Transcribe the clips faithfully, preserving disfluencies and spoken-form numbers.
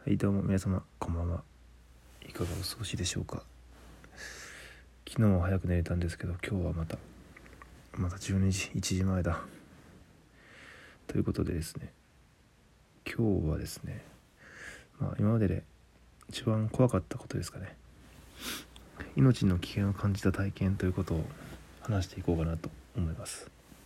はい、どうも皆様こんばんは。いかがお過ごしでしょうか。昨日は早く寝れたんですけど、今日はまたまたじゅうにじいちじまえだということでですね、今日はですね、まあ今までで一番怖かったことですかね、命の危険を感じた体験ということを話していこうかなと思います。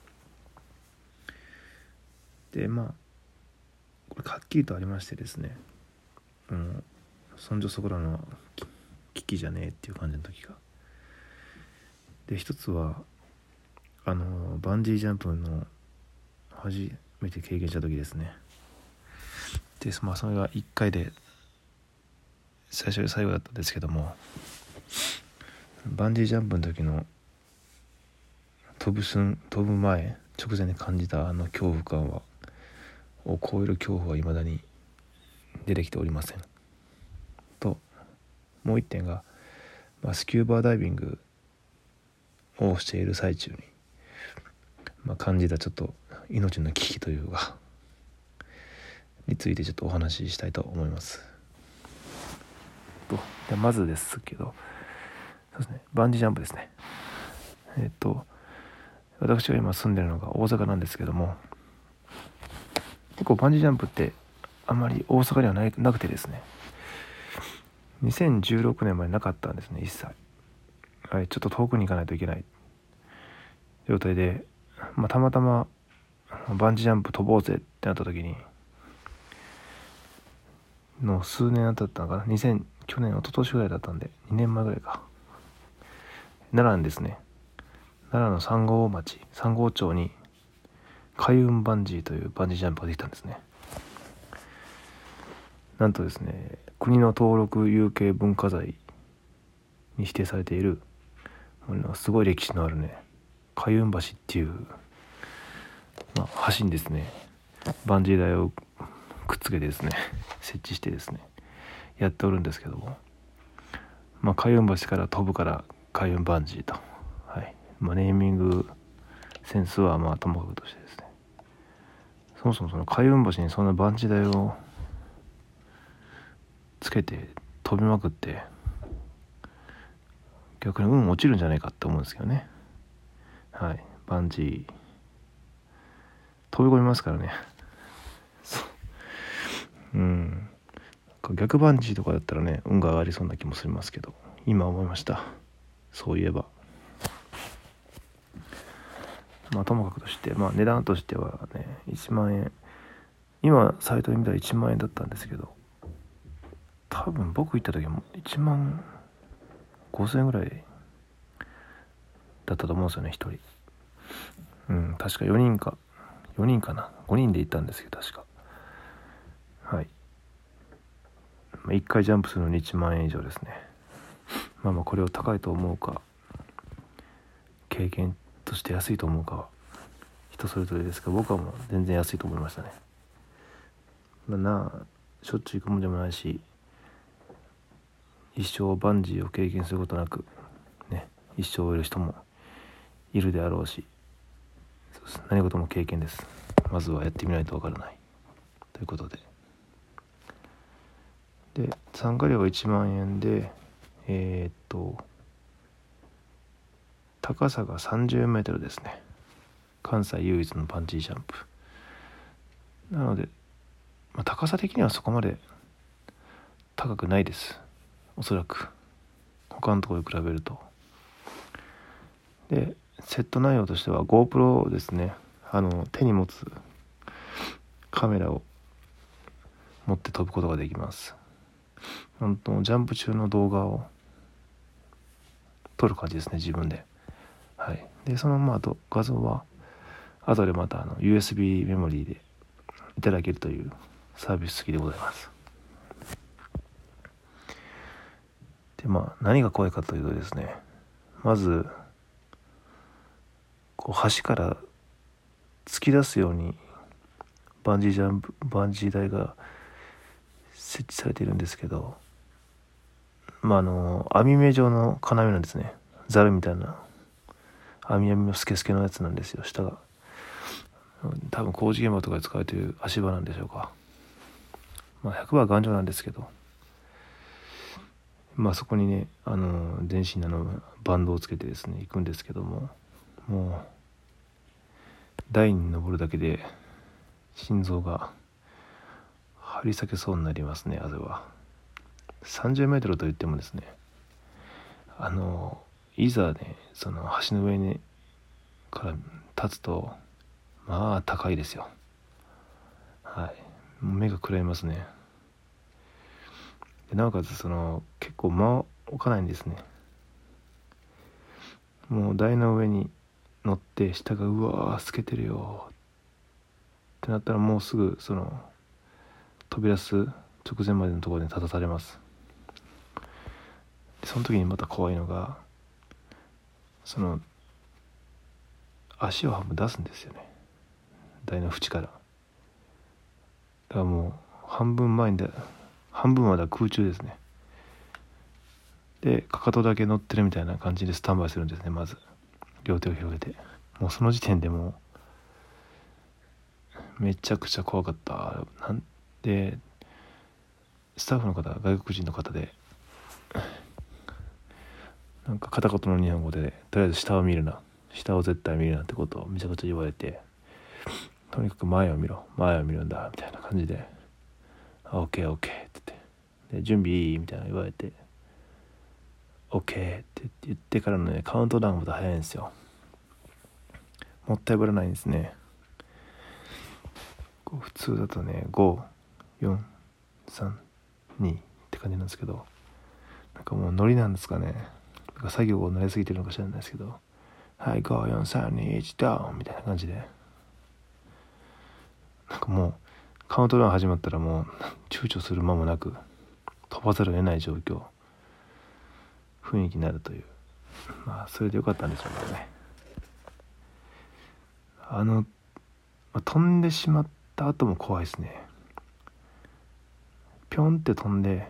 でまあこれはっきりとありましてですね、うん、そんじょそこらの危機じゃねえっていう感じの時がで、一つはあのバンジージャンプの初めて経験した時ですね。でまあそれがいっかいで最初で最後だったんですけども、バンジージャンプの時の飛ぶ瞬飛ぶ前直前に感じたあの恐怖感はを超える恐怖は未だに出てきておりませんと、もう一点が、まあ、スキューバーダイビングをしている最中に、まあ、感じたちょっと命の危機というかについてちょっとお話ししたいと思います。とでまずですけど、そうですね、バンジージャンプですね。えっと私が今住んでるのが大阪なんですけども、結構バンジージャンプってあんまり大阪にはないなくてですね、にせんじゅうろくねんまでなかったんですね、一切。はい、ちょっと遠くに行かないといけない状態で、まあ、たまたまバンジージャンプ飛ぼうぜってなった時にの数年経ったのかな、にせん去年一昨年ぐらいだったんでにねんまえぐらいか、奈良にですね、奈良の三郷町三郷町に開運バンジーというバンジージャンプができたんですね。なんとですね、国の登録有形文化財に指定されているすごい歴史のあるね、開運橋っていう、まあ、橋にですねバンジー台をくっつけてですね設置してですねやっておるんですけども、まあ、開運橋から飛ぶから開運バンジーと、はいまあ、ネーミングセンスはまあともかくとしてですね、そもそもその開運橋にそんなバンジー台をつけて飛びまくって逆に運落ちるんじゃないかって思うんですけどね。はい、バンジー飛び込みますからね。うん逆バンジーとかだったらね運が上がりそうな気もしますけど、今思いました。そういえばまあともかくとして、まあ値段としてはねいちまんえん、今サイトで見たらいちまんえんだったんですけど、多分僕行った時もいちまんごせんえんぐらいだったと思うんですよね、ひとり。うん確かよにんかよにんかなごにんで行ったんですけど確か、はい、まあ、いっかいジャンプするのにいちまんえん以上ですね。まあまあこれを高いと思うか経験として安いと思うかは人それぞれですが、僕はもう全然安いと思いましたね。まあなあしょっちゅう行くもんでもないし、一生バンジーを経験することなくね一生を終える人もいるであろうし、そうです、何事も経験です。まずはやってみないとわからないということで、で参加料はいちまんえんで、えー、っと高さがさんじゅうメートルですね。関西唯一のバンジージャンプなので、まあ、高さ的にはそこまで高くないです、おそらく他のところに比べると。でセット内容としては GoPro ですね、あの手に持つカメラを持って飛ぶことができます。本当ジャンプ中の動画を撮る感じですね、自分で。はい、でそのままあと画像は後でまたあの ユーエスビー メモリーでいただけるというサービス付きでございます。でまあ何が怖いかというとですね、まずこう橋から突き出すようにバンジージャンプバンジー台が設置されているんですけど、まああの網目状の要なんですね。ザルみたいな網網のスケスケのやつなんですよ、下が。多分工事現場とかで使われている足場なんでしょうか。 まあ ひゃくパーセント 頑丈なんですけど、まあそこにねあの全身にあのバンドをつけてですね行くんですけども、もう台に登るだけで心臓が張り裂けそうになりますね。あれはさんじゅうメートルといってもですね、あのいざねその橋の上にから立つとまあ高いですよ。はい、目がくらみますね。でなおかつその結構間を置かないんですね。もう台の上に乗って下がうわー透けてるよってなったらもうすぐその飛び出す直前までのところに立たされます。でその時にまた怖いのがその足を半分出すんですよね、台の縁から。だからもう半分前にで半分までは空中ですね。でかかとだけ乗ってるみたいな感じでスタンバイするんですね。まず両手を広げて、もうその時点でもうめちゃくちゃ怖かった。なんでスタッフの方外国人の方でなんか片言の日本語でとりあえず下を見るな、下を絶対見るなってことをめちゃくちゃ言われて、とにかく前を見ろ前を見るんだみたいな感じで オーケーオーケー って言って、で準備いいみたいなの言われて オーケー って言ってからのねカウントダウンがまた早いんですよ。もったいぶらないんですね。こう普通だとねご、よん、さん、にって感じなんですけど、なんかもうノリなんですかね、なんか作業を慣れすぎてるのか知らないですけど、はい、ご、よん、さん、に、いち、ダウンみたいな感じで、なんかもうカウントダウン始まったらもう躊躇する間もなく飛ばざるを得ない状況雰囲気になるという、まあそれでよかったんでしょうけどね。あの、まあ、飛んでしまった後も怖いですね。ピョンって飛んで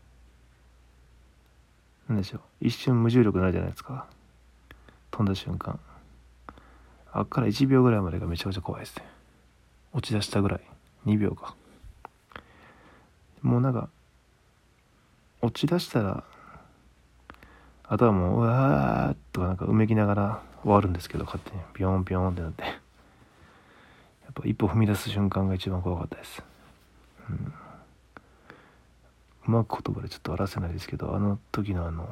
なんでしょう、一瞬無重力になるじゃないですか、飛んだ瞬間。あっからいちびょうぐらいまでがめちゃくちゃ怖いですね。落ち出したぐらい、にびょうか。もうなんか落ち出したらあとはもううわーっとかなんかうめきながら終わるんですけど、勝手にビヨンビヨンってなって、やっぱ一歩踏み出す瞬間が一番怖かったです。うん、うまく言葉でちょっと表せないですけど、あの時のあの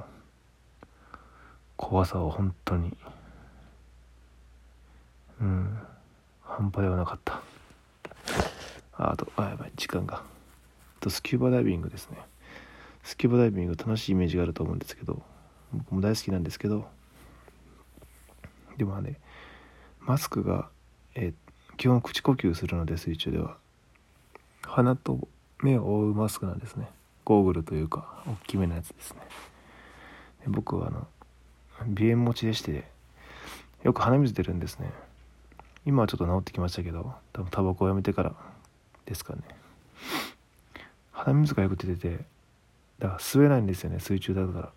怖さは本当にうん半端ではなかった。ああとあやばい時間が。あとスキューバダイビングですね。スキューバダイビング楽しいイメージがあると思うんですけど、僕も大好きなんですけど、でもねマスクが、えー、基本口呼吸するので水中では鼻と目を覆うマスクなんですね。ゴーグルというか大きめのやつですね。で僕はあの鼻炎持ちでしてよく鼻水出るんですね。今はちょっと治ってきましたけど、多分タバコをやめてからですかね。鼻水がよく出てて、だから吸えないんですよね、水中だから。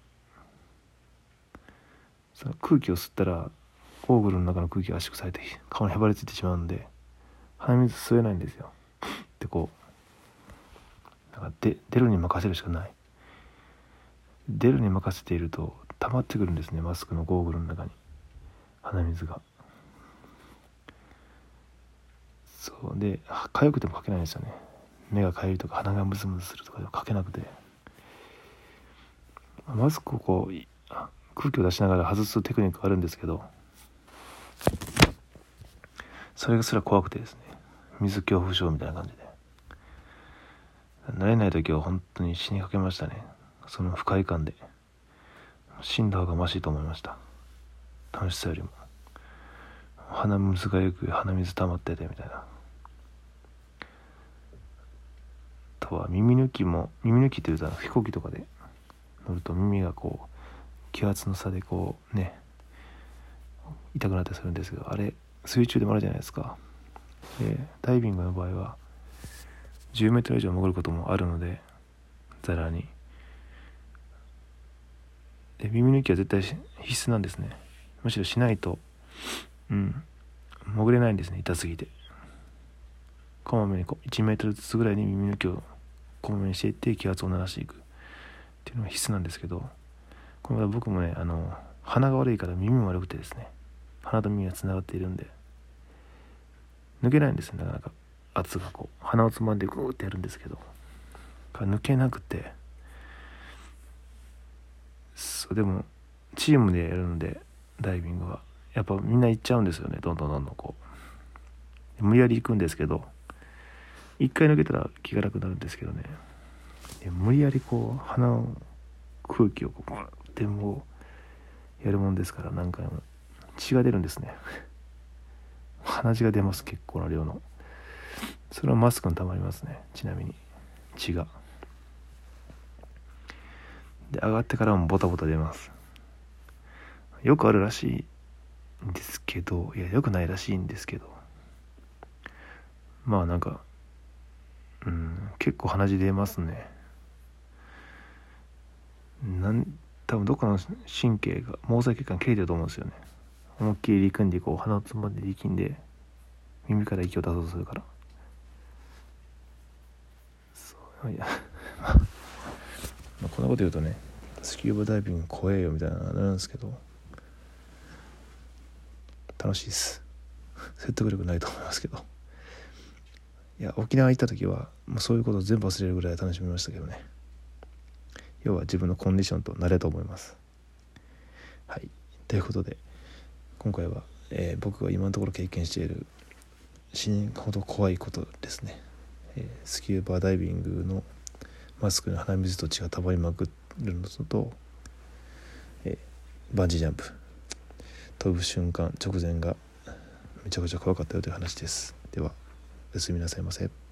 その空気を吸ったらゴーグルの中の空気が圧縮されて顔にへばりついてしまうんで鼻水吸えないんですよ。でこうなんかで出るに任せるしかない。出るに任せていると溜まってくるんですね、マスクのゴーグルの中に鼻水が。そうで痒くてもかけないんですよね。目がかゆいとか鼻がムズムズするとかでもかけなくて、マスクをこう空気を出しながら外すテクニックがあるんですけど、それすら怖くてですね、水恐怖症みたいな感じで慣れない時は本当に死にかけましたね。その不快感で死んだ方がマシいと思いました。楽しさよりも。鼻水がよく鼻水溜まっててみたいな。あとは耳抜きも、耳抜きっていうと飛行機とかで乗ると耳がこう気圧の差でこうね痛くなったりするんですけど、あれ水中でもあるじゃないですか。でダイビングの場合はじゅうメートル以上潜ることもあるのでざらに、で耳抜きは絶対必須なんですね。むしろしないとうん潜れないんですね、痛すぎて。こまめにこういちメートルずつぐらいに耳抜きをこまめにしていって気圧を鳴らしていくっていうのが必須なんですけど、これは僕もねあの鼻が悪いから耳も悪くてですね、鼻と耳がつながっているんで抜けないんですよ。なかなか圧がこう鼻をつまんでグーってやるんですけど抜けなくて、そうでもチームでやるのでダイビングはやっぱみんな行っちゃうんですよね。どんどんどんどんこう無理やり行くんですけど、一回抜けたら気が楽になるんですけどね、無理やりこう鼻の空気をこうブーってもうやるもんですから、何回も血が出るんですね鼻血が出ます。結構な量の。それはマスクにたまりますね。ちなみに血がで上がってからもボタボタ出ます。よくあるらしいんですけど、いやよくないらしいんですけど、まあなんかうん結構鼻血出ますね。なん多分どっかの神経が毛細血管切れてると思うんですよね。思いっきり力んでこう鼻をつまんで力んで耳から息を出そうとするから。そういやまあこんなこと言うとねスキューバダイビング怖えよみたいなのなんですけど、楽しいです説得力ないと思いますけど、いや沖縄行った時はもうそういうことを全部忘れるぐらい楽しみましたけどね。要は自分のコンディションと慣れと思います。はい、ということで今回は、えー、僕が今のところ経験している死ぬほど怖いことですね、えー、スキューバダイビングのマスクに鼻水と血がたまりまくるのと、えー、バンジージャンプ飛ぶ瞬間直前がめちゃくちゃ怖かったよという話です。ではおやすみなさいませ。